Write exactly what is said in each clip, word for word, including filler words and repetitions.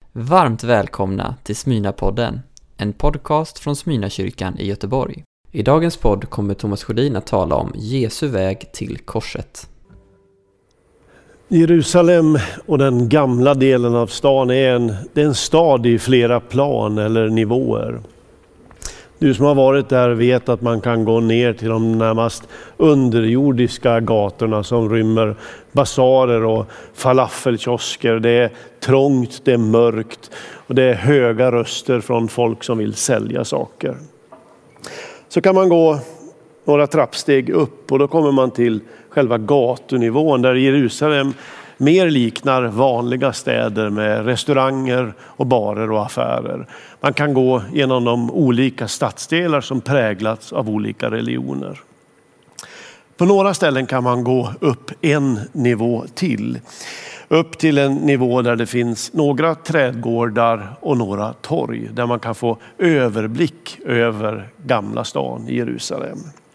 Varmt välkomna till Smyrnapodden, en podcast från Smyrnakyrkan i Göteborg. I dagens podd kommer Thomas Sjödin att tala om Jesu väg till korset. Jerusalem och den gamla delen av stan är en, det är en stad i flera plan eller nivåer. Du som har varit där vet att man kan gå ner till de närmast underjordiska gatorna som rymmer basarer och falafelkiosker. Det är trångt, det är mörkt och det är höga röster från folk som vill sälja saker. Så kan man gå några trappsteg upp och då kommer man till själva gatunivån där Jerusalem mer liknar vanliga städer med restauranger och barer och affärer. Man kan gå genom de olika stadsdelar som präglats av olika religioner. På några ställen kan man gå upp en nivå till. Upp till en nivå där det finns några trädgårdar och några torg. Där man kan få överblick över gamla stan i Jerusalem.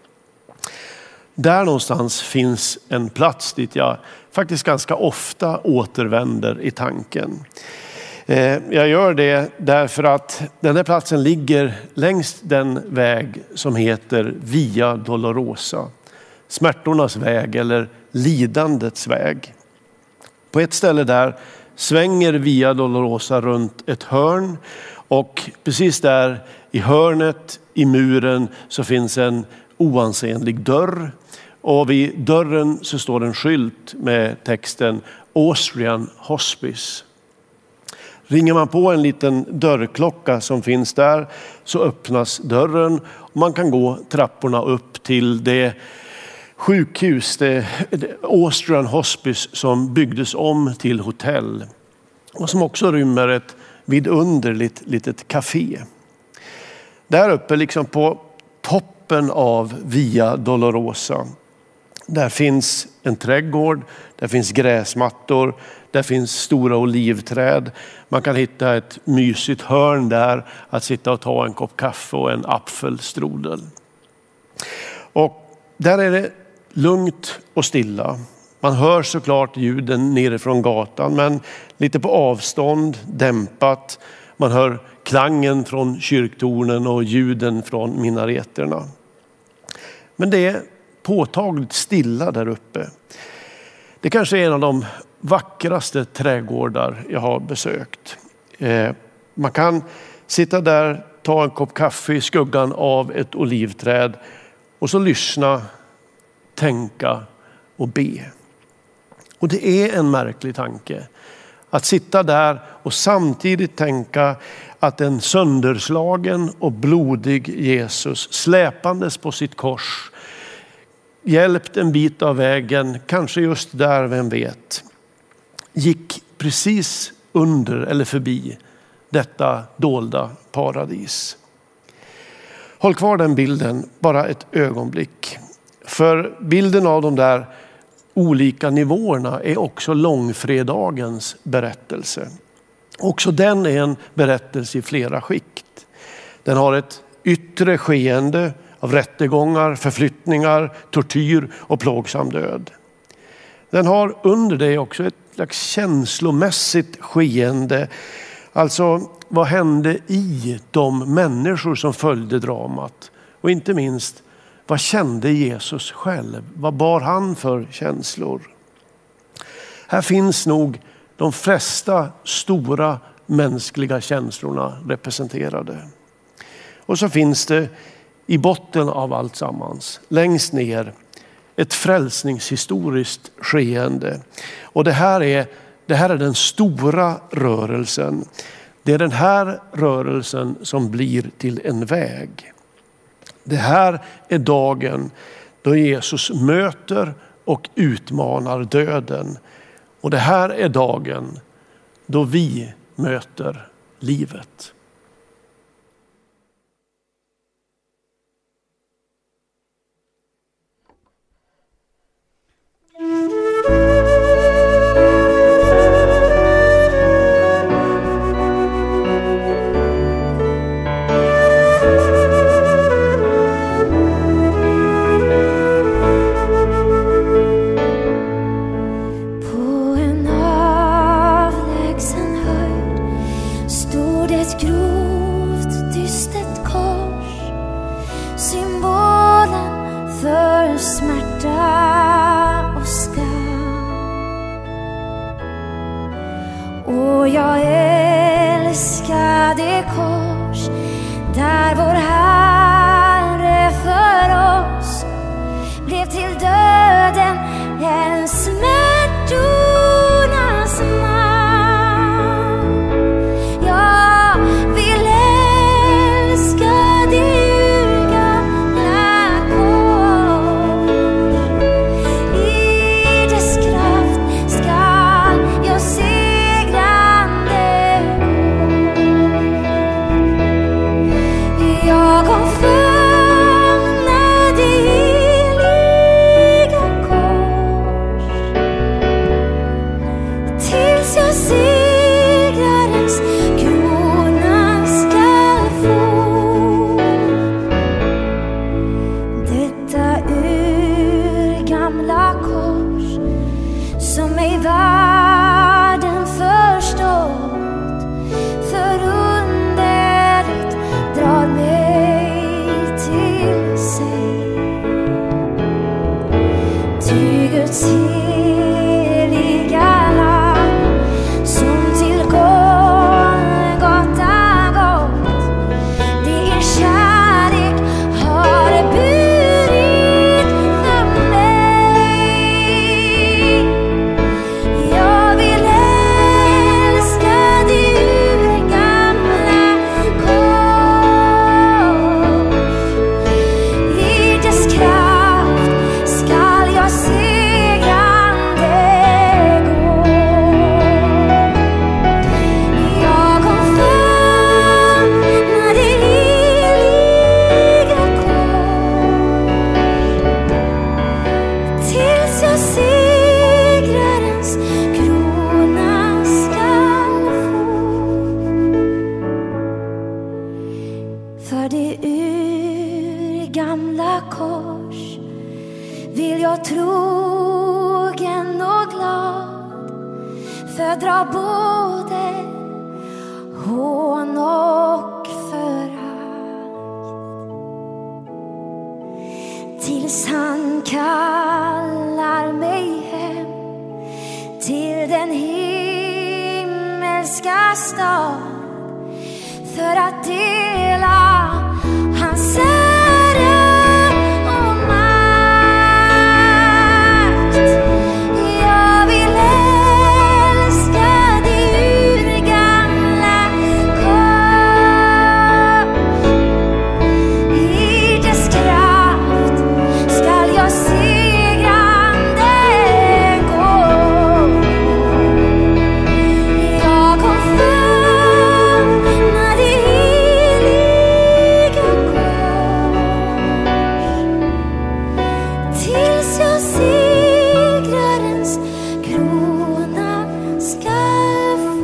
Där någonstans finns en plats dit jag faktiskt ganska ofta återvänder i tanken. Jag gör det därför att den här platsen ligger längs den väg som heter Via Dolorosa. Smärtornas väg eller lidandets väg. På ett ställe där svänger Via Dolorosa runt ett hörn och precis där i hörnet i muren så finns en oansenlig dörr. Och vid dörren så står en skylt med texten Austrian Hospice. Ringer man på en liten dörrklocka som finns där så öppnas dörren och man kan gå trapporna upp till det sjukhus, det, det Austrian Hospice som byggdes om till hotell och som också rymmer ett vidunderligt litet café. Där uppe liksom på toppen av Via Dolorosa. Där finns en trädgård, där finns gräsmattor, där finns stora olivträd. Man kan hitta ett mysigt hörn där att sitta och ta en kopp kaffe och en apfelstrudel. Och där är det lugnt och stilla. Man hör såklart ljuden nerifrån gatan men lite på avstånd, dämpat. Man hör klangen från kyrktornen och ljuden från minareterna. Men det är påtagligt stilla där uppe. Det kanske är en av de vackraste trädgårdar jag har besökt. Man kan sitta där, ta en kopp kaffe i skuggan av ett olivträd och så lyssna, tänka och be. Och det är en märklig tanke. Att sitta där och samtidigt tänka att en sönderslagen och blodig Jesus släpandes på sitt kors hjälpt en bit av vägen, kanske just där, vem vet, gick precis under eller förbi detta dolda paradis. Håll kvar den bilden bara ett ögonblick. För bilden av de där olika nivåerna är också långfredagens berättelse. Också den är en berättelse i flera skikt. Den har ett yttre skeende av rättegångar, förflyttningar, tortyr och plågsam död. Den har under det också ett slags känslomässigt skeende. Alltså vad hände i de människor som följde dramat? Och inte minst, vad kände Jesus själv? Vad bar han för känslor? Här finns nog de flesta stora mänskliga känslorna representerade. Och så finns det i botten av allt sammans, längst ner, ett frälsningshistoriskt skeende. Och det här är, det här är den stora rörelsen. Det är den här rörelsen som blir till en väg. Det här är dagen då Jesus möter och utmanar döden. Och det här är dagen då vi möter livet. På en avlägsen höjd ett grovt, dystert kors, symbolen för smärta och skam. Och jag älskar det kors där vår Herre för oss blev till döden en smärtornas man. Jag vill älska det urgamla kors. I dess kraft skall jag segrande gå. Jag kom famna det heliga kors tills jag segrarens krona skall få. Detta urgamla kors som mig världen förstått, förunderligt drar mig till sig. Ty Guds heliga lam som till Golgata gått, det er kärlek har burit för mig. Jag vill älska det urgamla kors. I dess kraft skall jag segrande gå. Jag kom famna det heliga kors tills jag segrarens krona skall få. För det urgamla kors vill jag trogen och glad fördra både hån och förakt, tills han kallar mig hem till den himmelska stad för att dela hans ära och makt. Jag vill älska det urgamla kors. I dess kraft skall jag segrande gå. Jag kom famna det heliga kors tills jag segrarens krona skall få.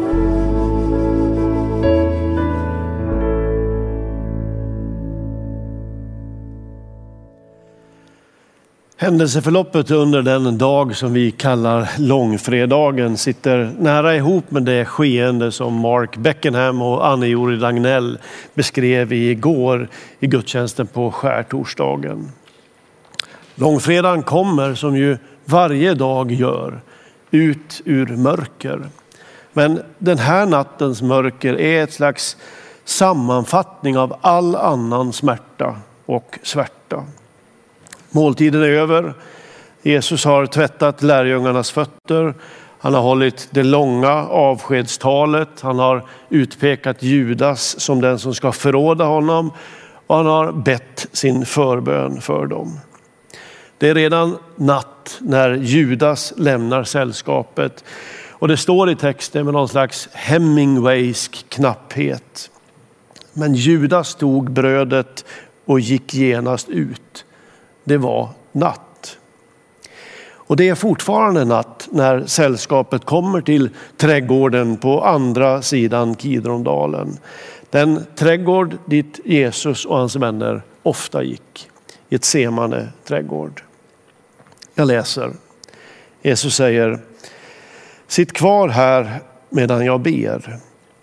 Händelseförloppet under den dag som vi kallar långfredagen sitter nära ihop med det skeende som Mark Beckenham och Anne-Jori Dagnell beskrev igår i gudstjänsten på skärtorsdagen. Långfredagen kommer, som ju varje dag gör, ut ur mörker. Men den här nattens mörker är ett slags sammanfattning av all annan smärta och svärta. Måltiden är över. Jesus har tvättat lärjungarnas fötter. Han har hållit det långa avskedstalet. Han har utpekat Judas som den som ska förråda honom. Och han har bett sin förbön för dem. Det är redan natt när Judas lämnar sällskapet. Och det står i texten med någon slags Hemingwaysk knapphet. Men Judas tog brödet och gick genast ut. Det var natt. Och det är fortfarande natt när sällskapet kommer till trädgården på andra sidan Kidrondalen. Den trädgård dit Jesus och hans vänner ofta gick. Getsemane trädgård. Jag läser. Jesus säger: sitt kvar här medan jag ber.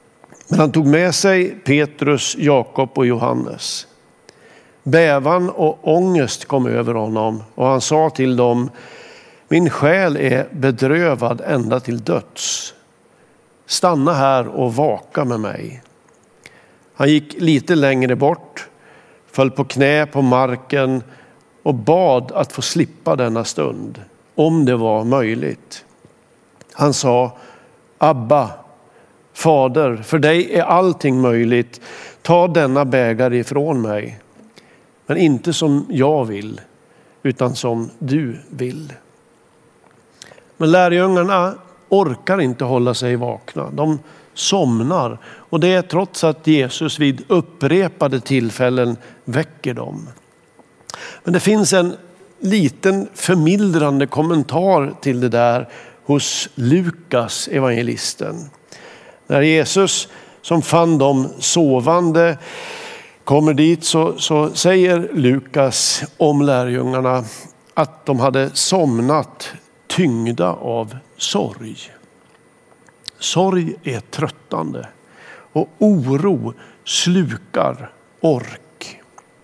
Men han tog med sig Petrus, Jakob och Johannes. Bävan och ångest kom över honom och han sa till dem: min själ är bedrövad ända till döds. Stanna här och vaka med mig. Han gick lite längre bort, föll på knä på marken och bad att få slippa denna stund, om det var möjligt. Han sa: Abba, Fader, för dig är allting möjligt. Ta denna bägare ifrån mig. Men inte som jag vill, utan som du vill. Men lärjungarna orkar inte hålla sig vakna. De somnar. Och det är trots att Jesus vid upprepade tillfällen väcker dem. Men det finns en liten förmildrande kommentar till det där hos Lukas, evangelisten. När Jesus som fann dem sovande kommer dit så, så säger Lukas om lärjungarna att de hade somnat tyngda av sorg. Sorg är tröttande och oro slukar ork.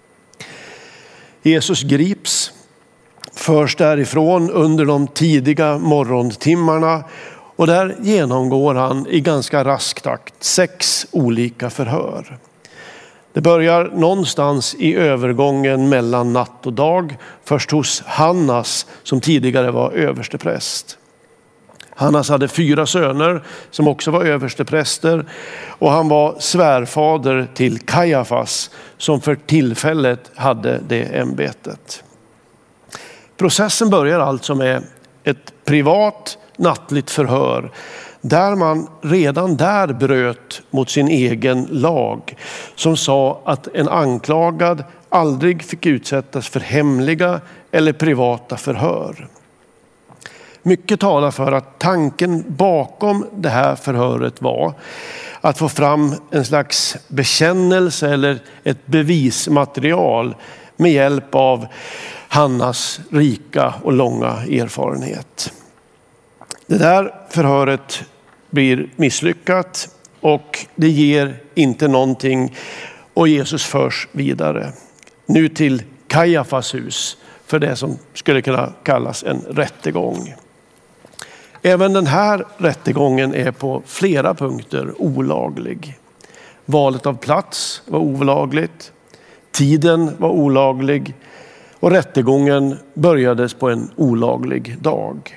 Jesus grips, förs därifrån under de tidiga morgontimmarna och där genomgår han i ganska rask takt sex olika förhör. Det börjar någonstans i övergången mellan natt och dag, först hos Hannas som tidigare var överstepräst. Hannas hade fyra söner som också var överstepräster och han var svärfader till Kajafas som för tillfället hade det ämbetet. Processen börjar alltså med ett privat nattligt förhör där man redan där bröt mot sin egen lag som sa att en anklagad aldrig fick utsättas för hemliga eller privata förhör. Mycket talar för att tanken bakom det här förhöret var att få fram en slags bekännelse eller ett bevismaterial med hjälp av Hannas rika och långa erfarenhet. Det där förhöret blir misslyckat och det ger inte någonting och Jesus förs vidare. Nu till Kajafas hus för det som skulle kunna kallas en rättegång. Även den här rättegången är på flera punkter olaglig. Valet av plats var olagligt, tiden var olaglig och rättegången börjades på en olaglig dag.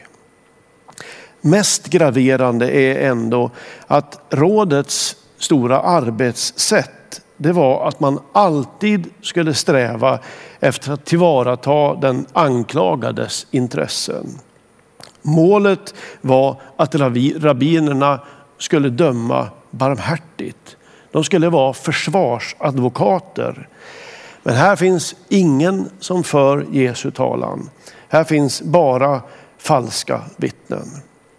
Mest graverande är ändå att rådets stora arbetssätt, det var att man alltid skulle sträva efter att tillvarata den anklagades intressen. Målet var att rabbinerna skulle döma barmhärtigt. De skulle vara försvarsadvokater. Men här finns ingen som för Jesu talan. Här finns bara falska vittnen.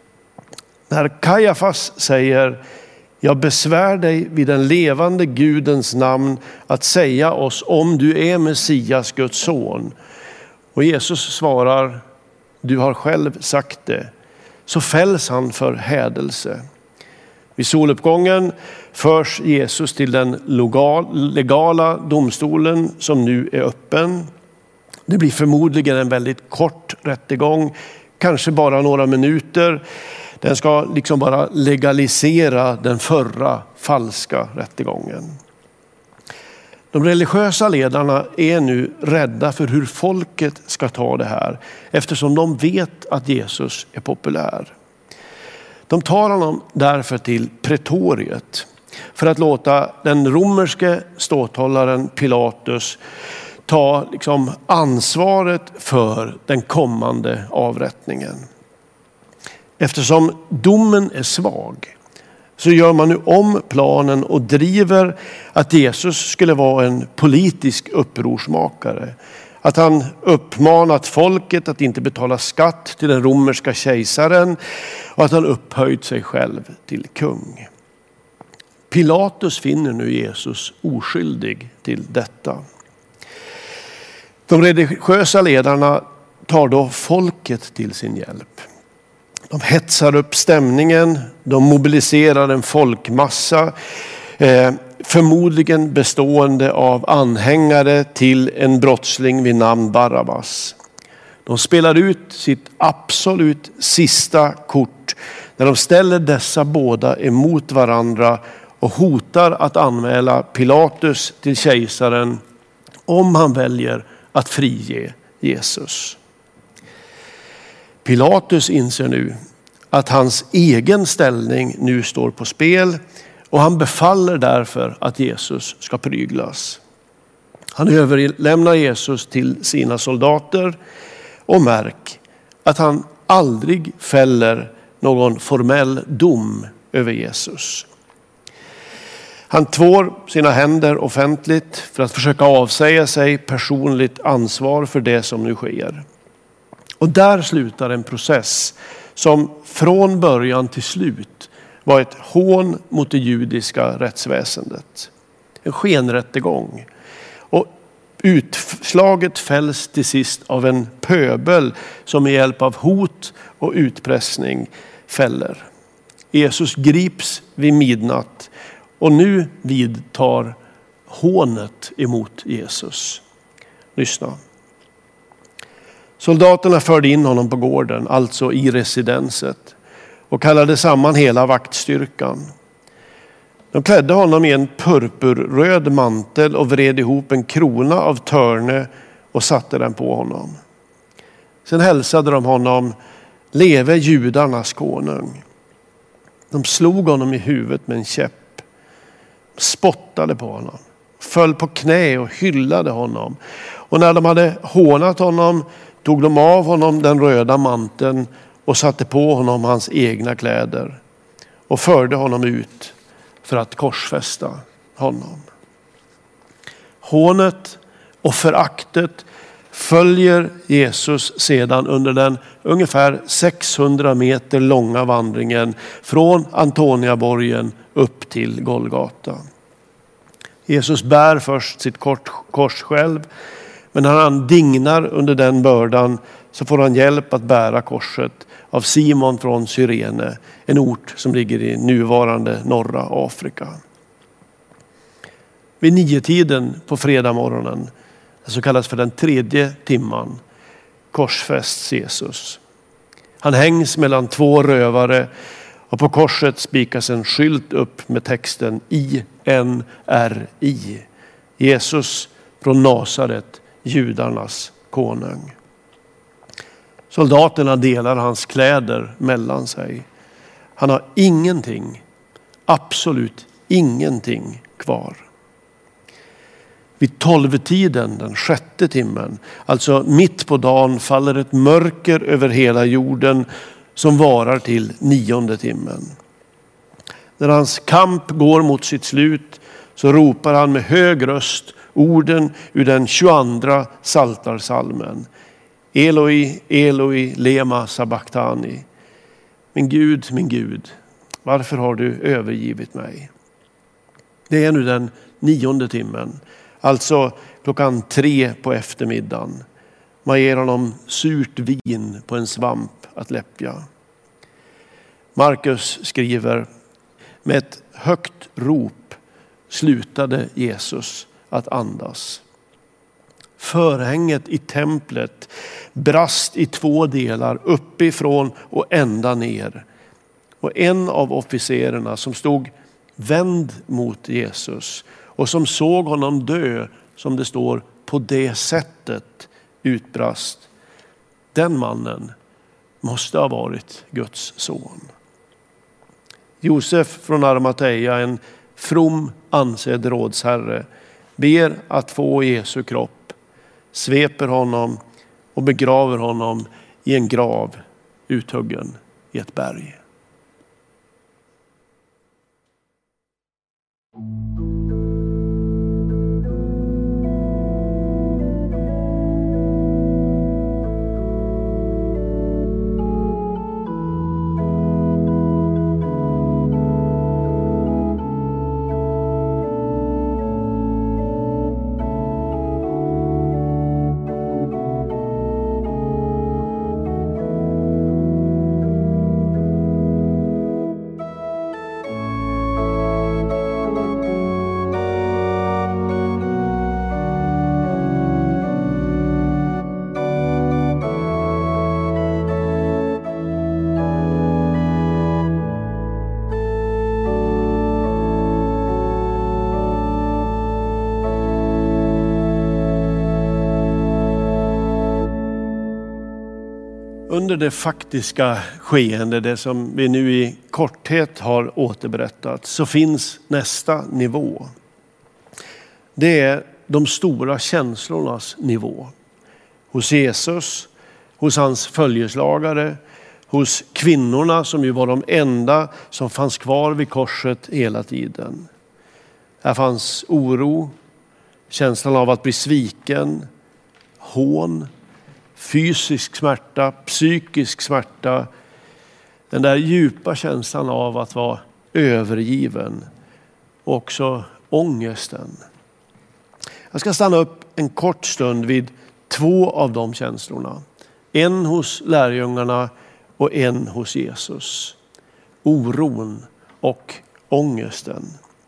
När Kajafas säger: jag besvär dig vid den levande Gudens namn att säga oss om du är Messias, Guds son. Och Jesus svarar: du har själv sagt det. Så fälls han för hädelse. Vid soluppgången förs Jesus till den legala domstolen som nu är öppen. Det blir förmodligen en väldigt kort rättegång, kanske bara några minuter. Den ska liksom bara legalisera den förra falska rättegången. De religiösa ledarna är nu rädda för hur folket ska ta det här eftersom de vet att Jesus är populär. De tar honom därför till pretoriet för att låta den romerske ståthållaren Pilatus ta liksom ansvaret för den kommande avrättningen. Eftersom domen är svag så gör man nu om planen och driver att Jesus skulle vara en politisk upprorsmakare. Att han uppmanat folket att inte betala skatt till den romerska kejsaren och att han upphöjt sig själv till kung. Pilatus finner nu Jesus oskyldig till detta. De religiösa ledarna tar då folket till sin hjälp. De hetsar upp stämningen, de mobiliserar en folkmassa Eh, förmodligen bestående av anhängare till en brottsling vid namn Barabbas. De spelar ut sitt absolut sista kort när de ställer dessa båda emot varandra och hotar att anmäla Pilatus till kejsaren om han väljer att frige Jesus. Pilatus inser nu att hans egen ställning nu står på spel och han befaller därför att Jesus ska pryglas. Han överlämnar Jesus till sina soldater och märk att han aldrig fäller någon formell dom över Jesus. Han tvår sina händer offentligt för att försöka avsäga sig personligt ansvar för det som nu sker. Och där slutar en process som från början till slut var ett hån mot det judiska rättsväsendet. En skenrättegång. Och utslaget fälls till sist av en pöbel som med hjälp av hot och utpressning fäller. Jesus grips vid midnatt och nu vidtar hånet emot Jesus. Lyssna. Soldaterna förde in honom på gården, alltså i residenset, och kallade samman hela vaktstyrkan. De klädde honom i en purpurröd mantel och vred ihop en krona av törne och satte den på honom. Sen hälsade de honom: leve judarnas konung. De slog honom i huvudet med en käpp, spottade på honom, föll på knä och hyllade honom. Och när de hade hånat honom tog de av honom den röda manteln och satte på honom hans egna kläder och förde honom ut för att korsfästa honom. Hånet och föraktet följer Jesus sedan under den ungefär sexhundra meter långa vandringen från Antoniaborgen upp till Golgata. Jesus bär först sitt kors själv, men när han dignar under den bördan så får han hjälp att bära korset av Simon från Cyrene, en ort som ligger i nuvarande norra Afrika. Vid nio tiden på fredag morgonen, så kallas för den tredje timman, korsfästs Jesus. Han hängs mellan två rövare och på korset spikas en skylt upp med texten I N R I. Jesus från Nasaret, judarnas konung. Soldaterna delar hans kläder mellan sig. Han har ingenting, absolut ingenting kvar. Vid tolvtiden, den sjätte timmen, alltså mitt på dagen, faller ett mörker över hela jorden som varar till nionde timmen. När hans kamp går mot sitt slut så ropar han med hög röst orden ur den tjugoandra psaltarpsalmen. Eloi, Eloi, lema sabachthani. Min Gud, min Gud, varför har du övergivit mig? Det är nu den nionde timmen, alltså klockan tre på eftermiddagen. Man ger honom surt vin på en svamp att läppja. Markus skriver: med ett högt rop slutade Jesus att andas. Förhänget i templet brast i två delar, uppifrån och ända ner. Och en av officerarna som stod vänd mot Jesus och som såg honom dö, som det står, på det sättet, utbrast: den mannen måste ha varit Guds son. Josef från Arimatea, en from ansedd rådsherre, ber att få Jesu kropp, sveper honom och begraver honom i en grav uthuggen i ett berg. Under det faktiska skeende, det som vi nu i korthet har återberättat, så finns nästa nivå. Det är de stora känslornas nivå. Hos Jesus, hos hans följeslagare, hos kvinnorna som ju var de enda som fanns kvar vid korset hela tiden. Här fanns oro, känslan av att bli sviken, hån, fysisk smärta, psykisk smärta. Den där djupa känslan av att vara övergiven. Och också ångesten. Jag ska stanna upp en kort stund vid två av de känslorna. En hos lärjungarna och en hos Jesus. Oron och ångesten.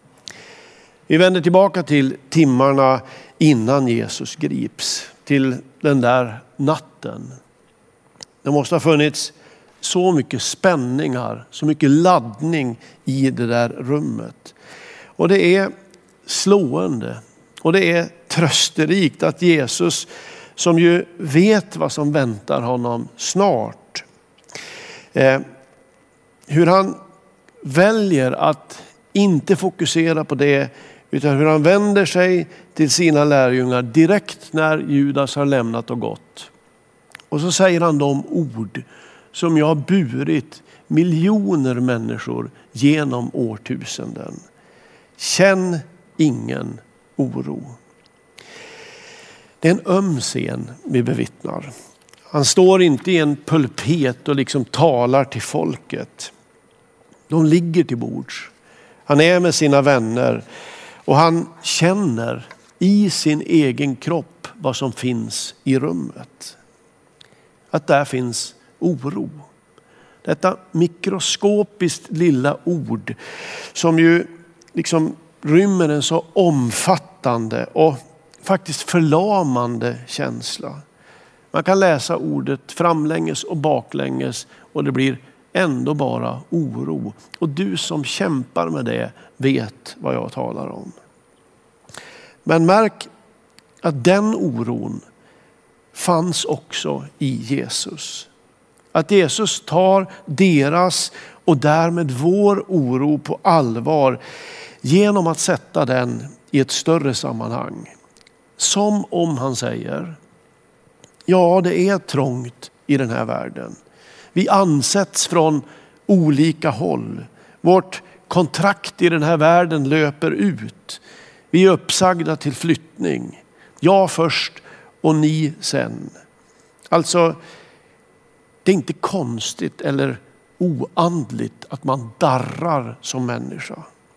Vi vänder tillbaka till timmarna innan Jesus grips. Till den där natten. Det måste ha funnits så mycket spänningar, så mycket laddning i det där rummet. Och det är slående och det är trösterikt att Jesus, som ju vet vad som väntar honom snart, eh, hur han väljer att inte fokusera på det, utan hur han vänder sig till sina lärjungar direkt när Judas har lämnat och gått. Och så säger han de ord som jag har burit miljoner människor genom årtusenden. Känn ingen oro. Det är en öm scen vi bevittnar. Han står inte i en pulpet och liksom talar till folket. De ligger till bords. Han är med sina vänner. Och han känner i sin egen kropp vad som finns i rummet. Att där finns oro. Detta mikroskopiskt lilla ord som ju liksom rymmer en så omfattande och faktiskt förlamande känsla. Man kan läsa ordet framlänges och baklänges och det blir ändå bara oro. Och du som kämpar med det vet vad jag talar om. Men märk att den oron fanns också i Jesus. Att Jesus tar deras och därmed vår oro på allvar genom att sätta den i ett större sammanhang. Som om han säger, ja, det är trångt i den här världen. Vi ansätts från olika håll. Vårt kontrakt i den här världen löper ut. Vi är uppsagda till flyttning. Jag först och ni sen. Alltså, det är inte konstigt eller oandligt att man darrar som människa.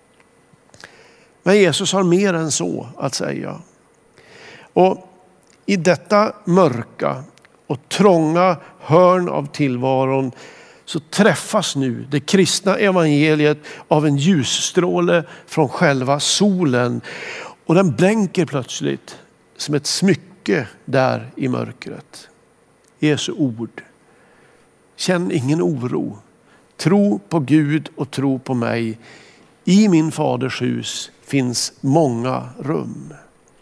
Men Jesus har mer än så att säga. Och i detta mörka och trånga hörn av tillvaron så träffas nu det kristna evangeliet av en ljusstråle från själva solen. Och den blänker plötsligt som ett smycke där i mörkret. Jesu ord. Känn ingen oro. Tro på Gud och tro på mig. I min faders hus finns många rum.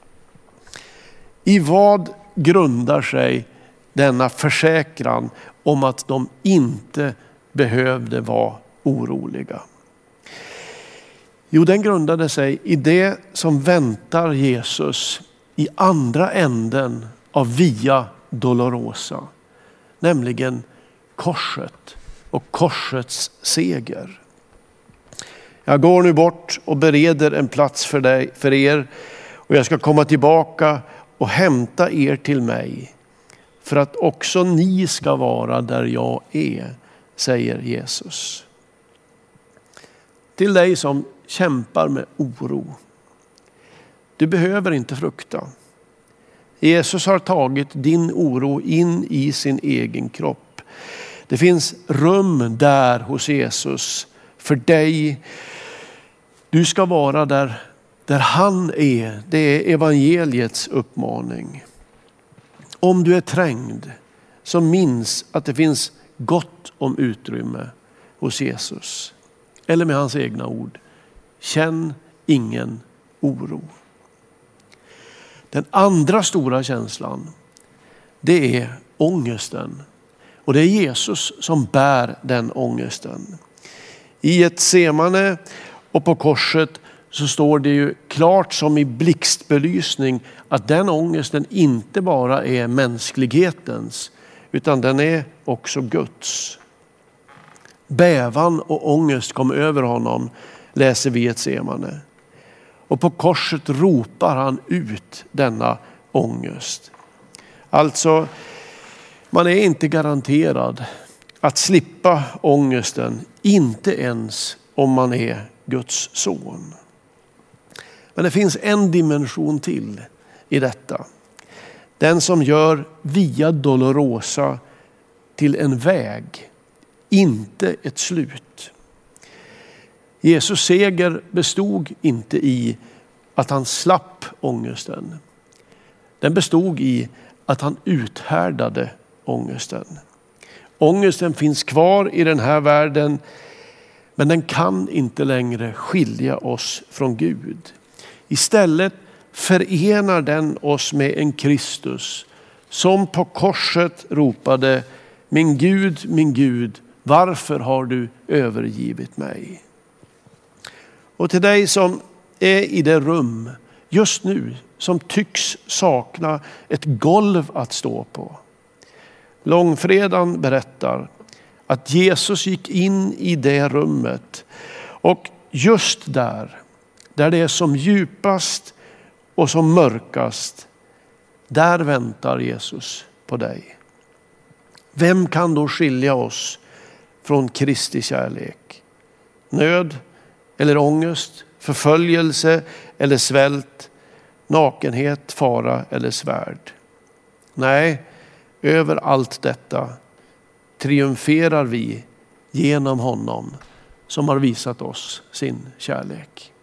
I vad grundar sig denna försäkran om att de inte behövde vara oroliga? Jo, den grundade sig i det som väntar Jesus i andra änden av Via Dolorosa. Nämligen korset och korsets seger. Jag går nu bort och bereder en plats för dig, för er, och jag ska komma tillbaka och hämta er till mig för att också ni ska vara där jag är, säger Jesus. Till dig som kämpar med oro. Du behöver inte frukta. Jesus har tagit din oro in i sin egen kropp. Det finns rum där hos Jesus för dig. Du ska vara där, där han är. Det är evangeliets uppmaning. Om du är trängd så minns att det finns gott om utrymme hos Jesus. Eller med hans egna ord. Känn ingen oro. Den andra stora känslan, det är ångesten. Och Och det är Jesus som bär den ångesten. I Getsemane och på korset så står det ju klart som i blixtbelysning att den ångesten inte bara är mänsklighetens utan den är också Guds. Bävan och ångest kom över honom, läser vi i Getsemane. Och på korset ropar han ut denna ångest. Alltså, man är inte garanterad att slippa ångesten, inte ens om man är Guds son. Men det finns en dimension till i detta. Den som gör Via Dolorosa till en väg, inte ett slut. Jesus seger bestod inte i att han slapp ångesten. Den bestod i att han uthärdade ångesten. Ångesten finns kvar i den här världen, men den kan inte längre skilja oss från Gud. Istället förenar den oss med en Kristus som på korset ropade: min Gud, min Gud, varför har du övergivit mig? Och till dig som är i det rum just nu som tycks sakna ett golv att stå på. Långfredagen berättar att Jesus gick in i det rummet och just där, där det är som djupast och som mörkast, där väntar Jesus på dig. Vem kan då skilja oss från Kristi kärlek? Nöd eller ångest, förföljelse eller svält, nakenhet, fara eller svärd? Nej, över allt detta triumferar vi genom honom som har visat oss sin kärlek.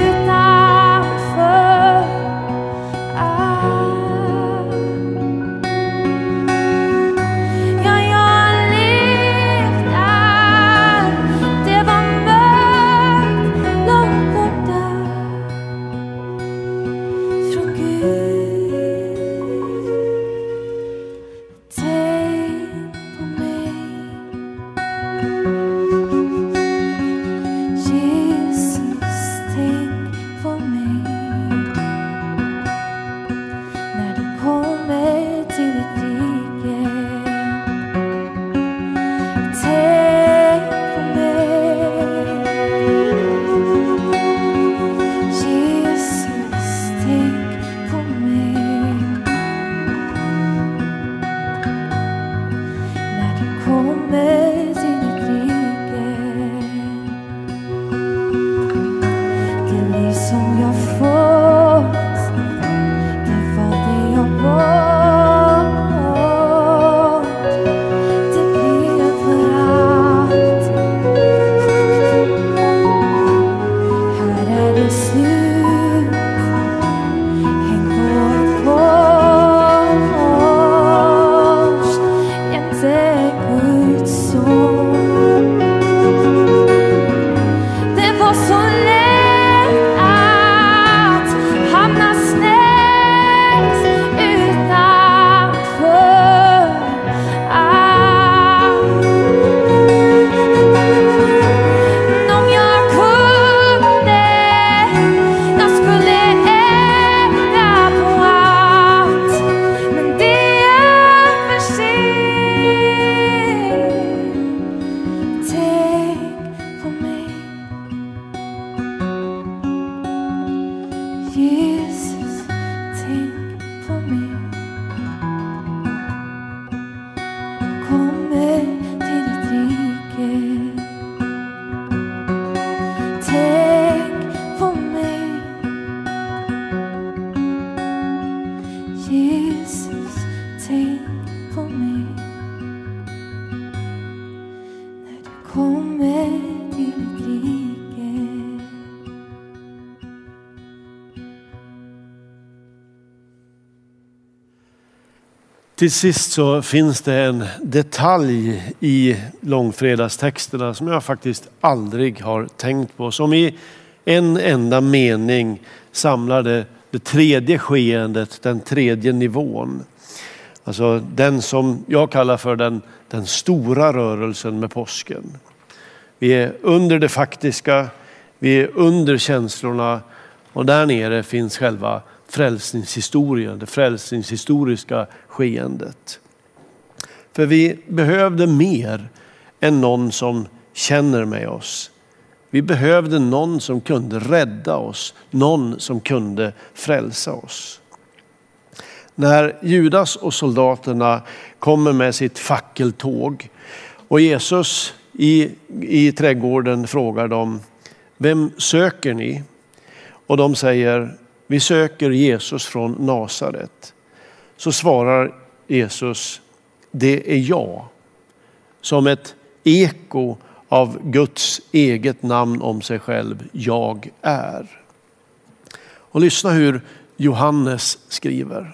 Ah Till sist så finns det en detalj i långfredagstexterna som jag faktiskt aldrig har tänkt på. Som i en enda mening samlar det, det tredje skeendet, den tredje nivån. Alltså den som jag kallar för den, den stora rörelsen med påsken. Vi är under det faktiska, vi är under känslorna och där nere finns själva frälsningshistorien, det frälsningshistoriska skeendet. För vi behövde mer än någon som känner med oss. Vi behövde någon som kunde rädda oss, någon som kunde frälsa oss. När Judas och soldaterna kommer med sitt fackeltåg och Jesus i, i trädgården frågar dem, vem söker ni? Och de säger, vi söker Jesus från Nasaret. Så svarar Jesus, det är jag. Som ett eko av Guds eget namn om sig själv, jag är. Och lyssna hur Johannes skriver.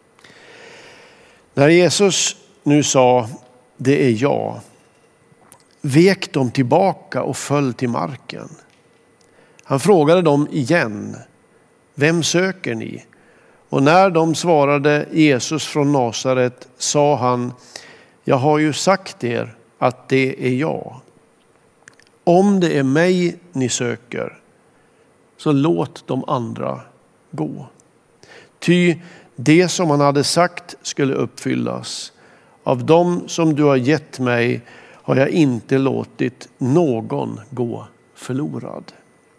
När Jesus nu sa, det är jag, vek de tillbaka och föll till marken. Han frågade dem igen, vem söker ni? Och när de svarade Jesus från Nasaret sa han, jag har ju sagt er att det är jag. Om det är mig ni söker, så låt de andra gå. Ty det som han hade sagt skulle uppfyllas. Av dem som du har gett mig har jag inte låtit någon gå förlorad.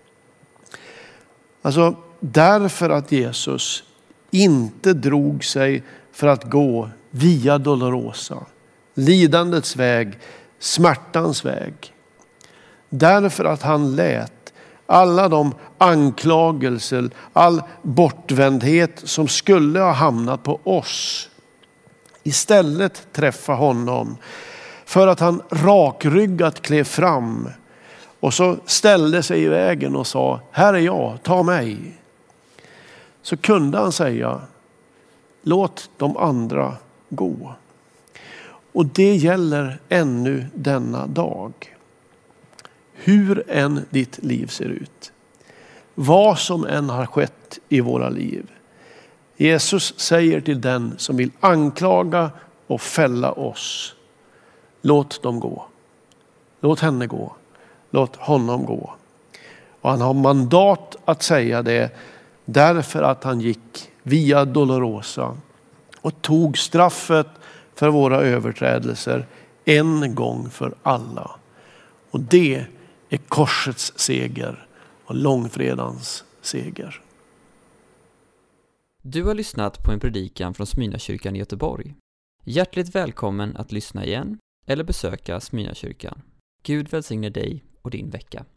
Alltså därför att Jesus inte drog sig för att gå via Dolorosa, lidandets väg, smärtans väg. Därför att han lät alla de anklagelser, all bortvändhet som skulle ha hamnat på oss istället träffa honom. För att han rakryggat klev fram och så ställde sig i vägen och sa, här är jag, ta mig. Så kunde han säga, låt de andra gå. Och det gäller ännu denna dag. Hur än ditt liv ser ut. Vad som än har skett i våra liv. Jesus säger till den som vill anklaga och fälla oss. Låt dem gå. Låt henne gå. Låt honom gå. Och han har mandat att säga det därför att han gick via Dolorosa och tog straffet för våra överträdelser en gång för alla. Och det är korsets seger och långfredans seger. Du har lyssnat på en predikan från Smyrnakyrkan i Göteborg. Hjärtligt välkommen att lyssna igen eller besöka Smyrnakyrkan. Gud välsigne dig och din vecka.